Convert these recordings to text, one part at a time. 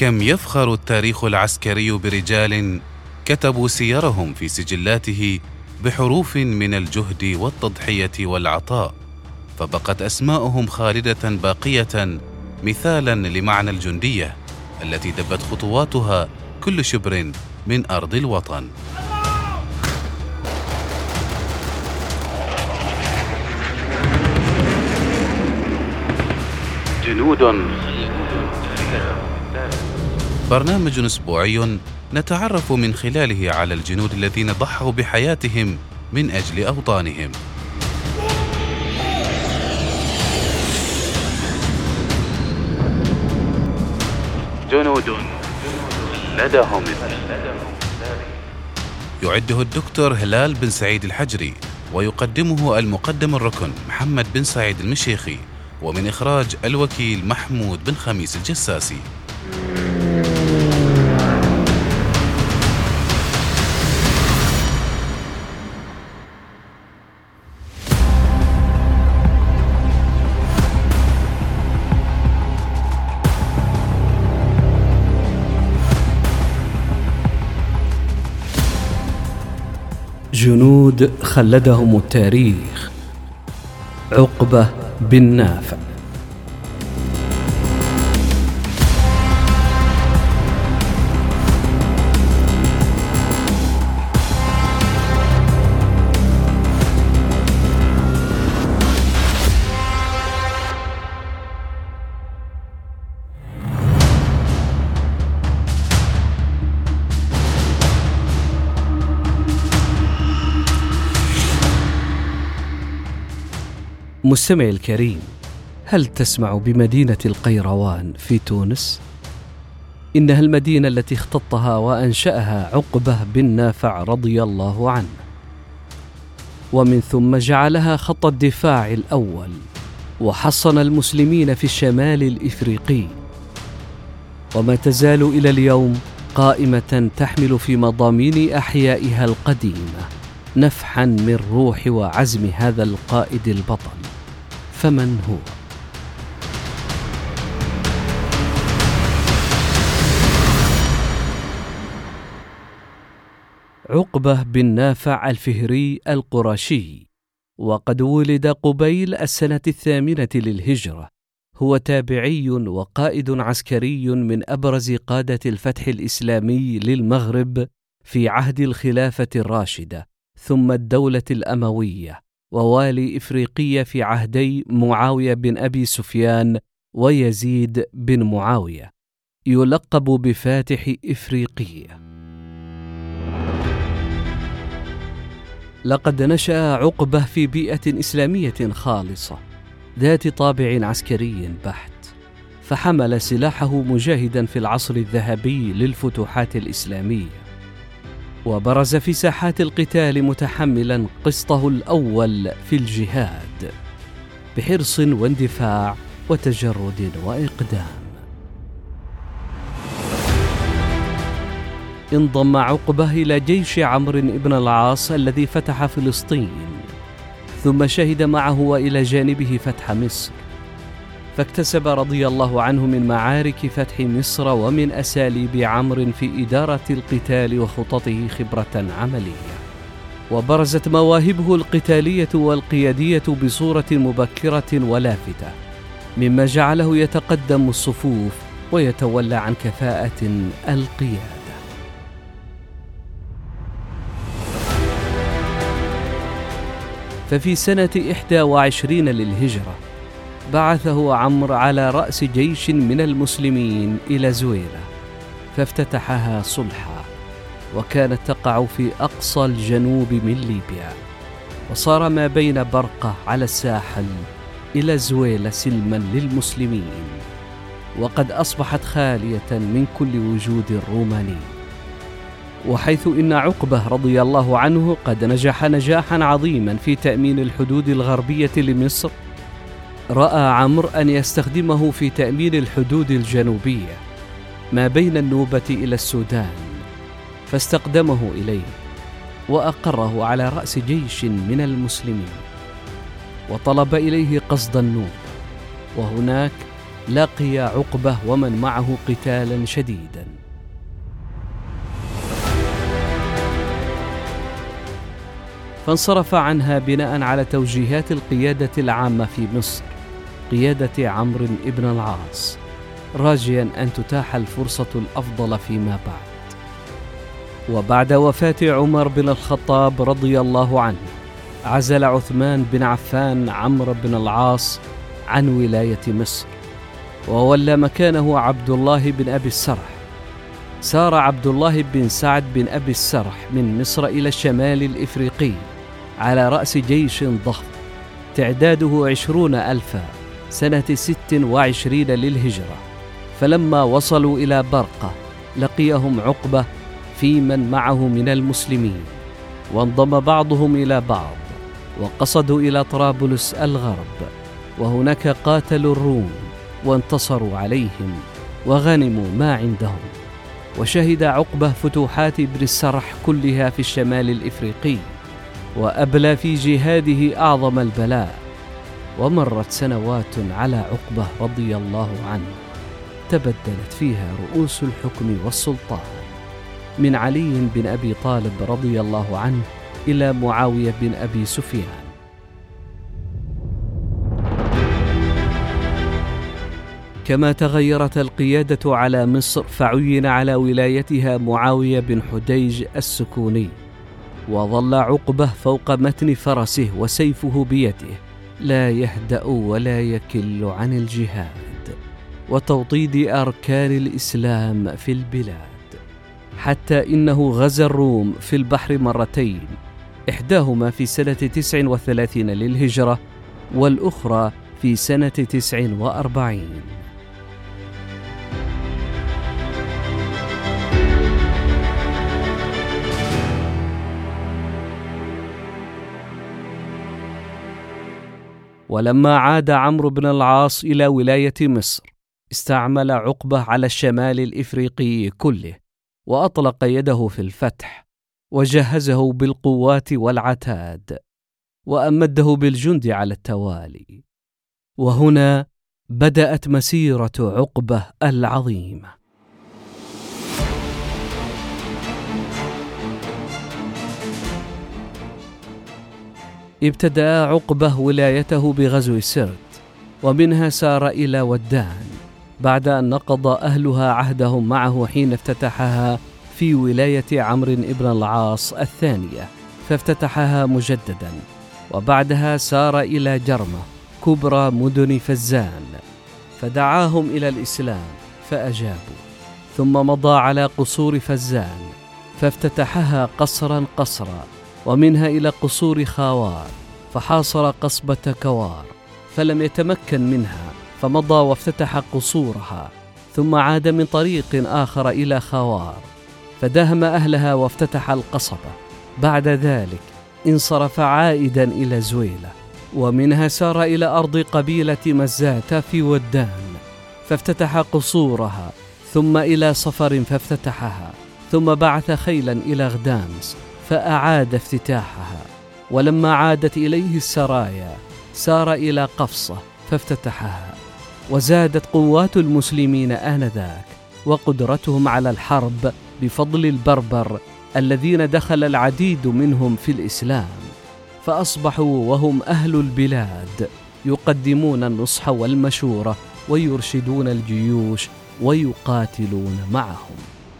كم يفخر التاريخ العسكري برجال كتبوا سيرهم في سجلاته بحروف من الجهد والتضحية والعطاء، فبقت أسماؤهم خالدة باقية مثالا لمعنى الجندية التي دبت خطواتها كل شبر من أرض الوطن. جنود، برنامج أسبوعي نتعرف من خلاله على الجنود الذين ضحوا بحياتهم من أجل أوطانهم. جنود لدهم يعده الدكتور هلال بن سعيد الحجري، ويقدمه المقدم الركن محمد بن سعيد المشيخي، ومن إخراج الوكيل محمود بن خميس الجساسي. جنود خلدهم التاريخ. عقبة بن نافع. مستمعي الكريم، هل تسمع بمدينة القيروان في تونس؟ إنها المدينة التي اختطها وأنشأها عقبة بن نافع رضي الله عنه، ومن ثم جعلها خط الدفاع الأول، وحصن المسلمين في الشمال الإفريقي، وما تزال إلى اليوم قائمة تحمل في مضامين أحيائها القديمة نفحا من روح وعزم هذا القائد البطل. فمن هو؟ عقبة بن نافع الفهري القرشي، وقد ولد قبيل السنة 8 للهجرة. هو تابعي وقائد عسكري من أبرز قادة الفتح الإسلامي للمغرب في عهد الخلافة الراشدة ثم الدولة الأموية، ووالي إفريقية في عهدي معاوية بن أبي سفيان ويزيد بن معاوية، يلقب بفاتح إفريقية. لقد نشأ عقبة في بيئة إسلامية خالصة ذات طابع عسكري بحت، فحمل سلاحه مجاهدا في العصر الذهبي للفتوحات الإسلامية، وبرز في ساحات القتال متحملا قسطه الأول في الجهاد بحرص واندفاع وتجرد وإقدام. انضم عقبة إلى جيش عمرو بن العاص الذي فتح فلسطين، ثم شهد معه وإلى جانبه فتح مصر، فاكتسب رضي الله عنه من معارك فتح مصر ومن أساليب عمرو في إدارة القتال وخططه خبرة عملية، وبرزت مواهبه القتالية والقيادية بصورة مبكرة ولافتة، مما جعله يتقدم الصفوف ويتولى عن كفاءة القيادة. ففي سنة 21 للهجرة بعثه عمرو على رأس جيش من المسلمين إلى زويلة، فافتتحها صلحا، وكانت تقع في أقصى الجنوب من ليبيا، وصار ما بين برقة على الساحل إلى زويلة سلما للمسلمين، وقد أصبحت خالية من كل وجود روماني. وحيث إن عقبة رضي الله عنه قد نجح نجاحا عظيما في تأمين الحدود الغربية لمصر، رأى عمرو أن يستخدمه في تأمين الحدود الجنوبية ما بين النوبة إلى السودان، فاستقدمه إليه وأقره على رأس جيش من المسلمين، وطلب إليه قصد النوبة، وهناك لقي عقبة ومن معه قتالا شديدا. فانصرف عنها بناء على توجيهات القيادة العامة في مصر، قيادة عمرو بن العاص، راجيا أن تتاح الفرصة الأفضل فيما بعد. وبعد وفاة عمر بن الخطاب رضي الله عنه، عزل عثمان بن عفان عمرو بن العاص عن ولاية مصر، وولى مكانه عبد الله بن أبي السرح. سار عبد الله بن سعد بن أبي السرح من مصر إلى الشمال الإفريقي على رأس جيش ضخم تعداده 20,000 سنة 26 للهجرة. فلما وصلوا إلى برقة لقيهم عقبة في من معه من المسلمين، وانضم بعضهم إلى بعض وقصدوا إلى طرابلس الغرب، وهناك قاتلوا الروم وانتصروا عليهم وغنموا ما عندهم. وشهد عقبة فتوحات ابن السرح كلها في الشمال الإفريقي، وأبلى في جهاده أعظم البلاء. ومرت سنوات على عقبة رضي الله عنه تبدلت فيها رؤوس الحكم والسلطان، من علي بن أبي طالب رضي الله عنه إلى معاوية بن أبي سفيان. كما تغيرت القيادة على مصر، فعين على ولايتها معاوية بن حديج السكوني، وظل عقبة فوق متن فرسه وسيفه بيده، لا يهدأ ولا يكل عن الجهاد وتوطيد أركان الإسلام في البلاد، حتى إنه غزا الروم في البحر مرتين، إحداهما في سنة 39 للهجرة والأخرى في سنة 49. ولما عاد عمرو بن العاص إلى ولاية مصر، استعمل عقبة على الشمال الإفريقي كله، وأطلق يده في الفتح، وجهزه بالقوات والعتاد، وأمده بالجند على التوالي. وهنا بدأت مسيرة عقبة العظيمة. ابتدأ عقبة ولايته بغزو سرت، ومنها سار إلى ودان، بعد أن نقض أهلها عهدهم معه حين افتتحها في ولاية عمرو بن العاص الثانية، فافتتحها مجددا. وبعدها سار إلى جرمة كبرى مدن فزان، فدعاهم إلى الإسلام فأجابوا، ثم مضى على قصور فزان فافتتحها قصرا قصرا، ومنها إلى قصور خاوار، فحاصر قصبة كوار فلم يتمكن منها، فمضى وافتتح قصورها، ثم عاد من طريق آخر إلى خوار فدهم أهلها وافتتح القصبة. بعد ذلك انصرف عائدا إلى زويلة، ومنها سار إلى أرض قبيلة مزات في ودان فافتتح قصورها، ثم إلى صفر فافتتحها، ثم بعث خيلا إلى غدامس فأعاد افتتاحها. ولما عادت إليه السرايا سار إلى قفصة فافتتحها. وزادت قوات المسلمين آنذاك وقدرتهم على الحرب بفضل البربر الذين دخل العديد منهم في الإسلام، فأصبحوا وهم أهل البلاد يقدمون النصح والمشورة ويرشدون الجيوش ويقاتلون معهم.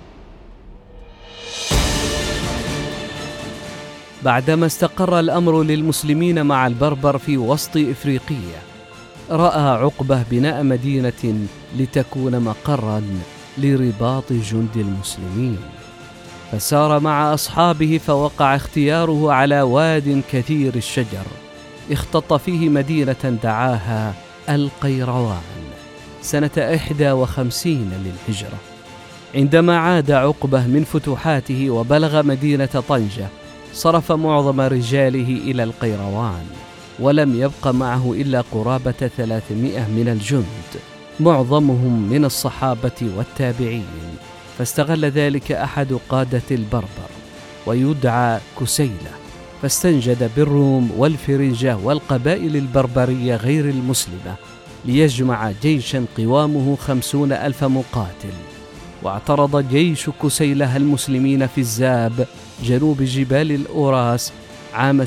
بعدما استقر الأمر للمسلمين مع البربر في وسط إفريقيا، رأى عقبة بناء مدينة لتكون مقرا لرباط جند المسلمين، فسار مع أصحابه، فوقع اختياره على واد كثير الشجر اختط فيه مدينة دعاها القيروان سنة 51 للهجرة. عندما عاد عقبة من فتوحاته وبلغ مدينة طنجة، صرف معظم رجاله إلى القيروان، ولم يبق معه إلا قرابة 300 من الجند، معظمهم من الصحابة والتابعين. فاستغل ذلك أحد قادة البربر ويدعى كسيلة، فاستنجد بالروم والفرنجة والقبائل البربرية غير المسلمة، ليجمع جيشا قوامه 50,000 مقاتل. واعترض جيش كسيلة المسلمين في الزاب جنوب جبال الأوراس عام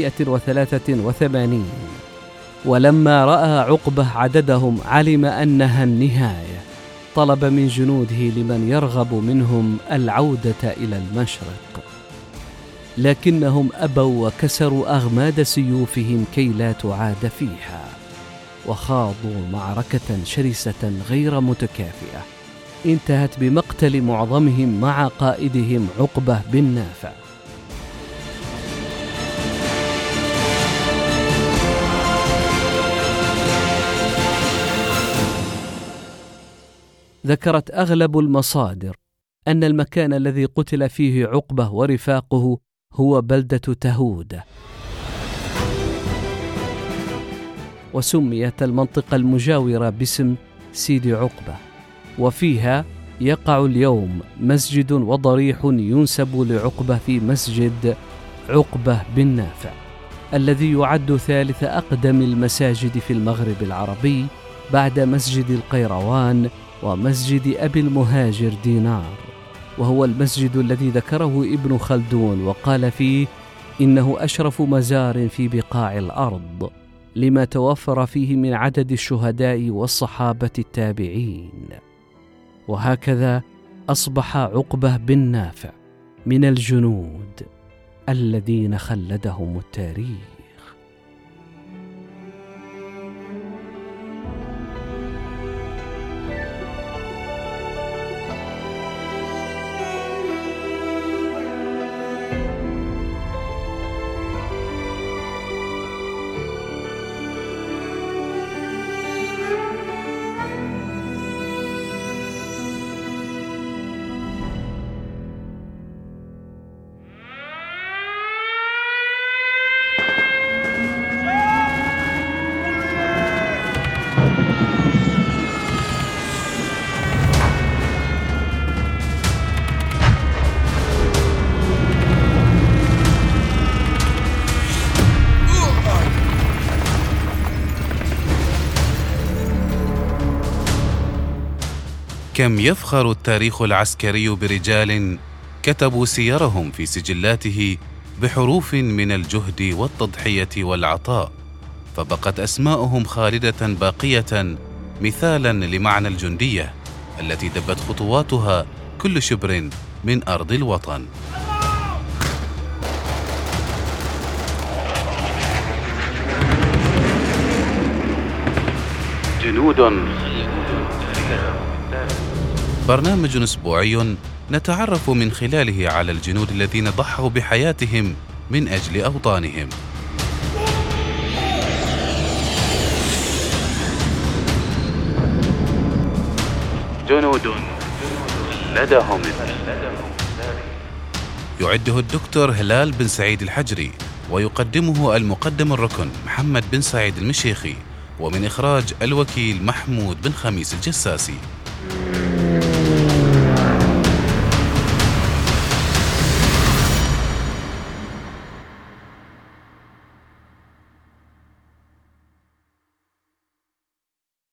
683. ولما رأى عقبة عددهم علم أنها النهاية، طلب من جنوده لمن يرغب منهم العودة إلى المشرق، لكنهم أبوا وكسروا أغماد سيوفهم كي لا تعاد فيها، وخاضوا معركة شرسة غير متكافئة انتهت بمقتل معظمهم مع قائدهم عقبة بن نافع. ذكرت أغلب المصادر أن المكان الذي قتل فيه عقبة ورفاقه هو بلدة تهودة، وسميت المنطقة المجاورة باسم سيدي عقبة، وفيها يقع اليوم مسجد وضريح ينسب لعقبة في مسجد عقبة بن نافع، الذي يعد ثالث أقدم المساجد في المغرب العربي بعد مسجد القيروان ومسجد أبي المهاجر دينار، وهو المسجد الذي ذكره ابن خلدون وقال فيه إنه أشرف مزار في بقاع الأرض، لما توفر فيه من عدد الشهداء والصحابة التابعين. وهكذا أصبح عقبة بن نافع من الجنود الذين خلدهم التاريخ. كم يفخر التاريخ العسكري برجال كتبوا سيرهم في سجلاته بحروف من الجهد والتضحية والعطاء، فبقت أسماؤهم خالدة باقية مثالا لمعنى الجندية التي دبت خطواتها كل شبر من أرض الوطن. جنود، برنامج أسبوعي نتعرف من خلاله على الجنود الذين ضحوا بحياتهم من أجل أوطانهم. جنود لدهم يعده الدكتور هلال بن سعيد الحجري، ويقدمه المقدم الركن محمد بن سعيد المشيخي، ومن إخراج الوكيل محمود بن خميس الجساسي.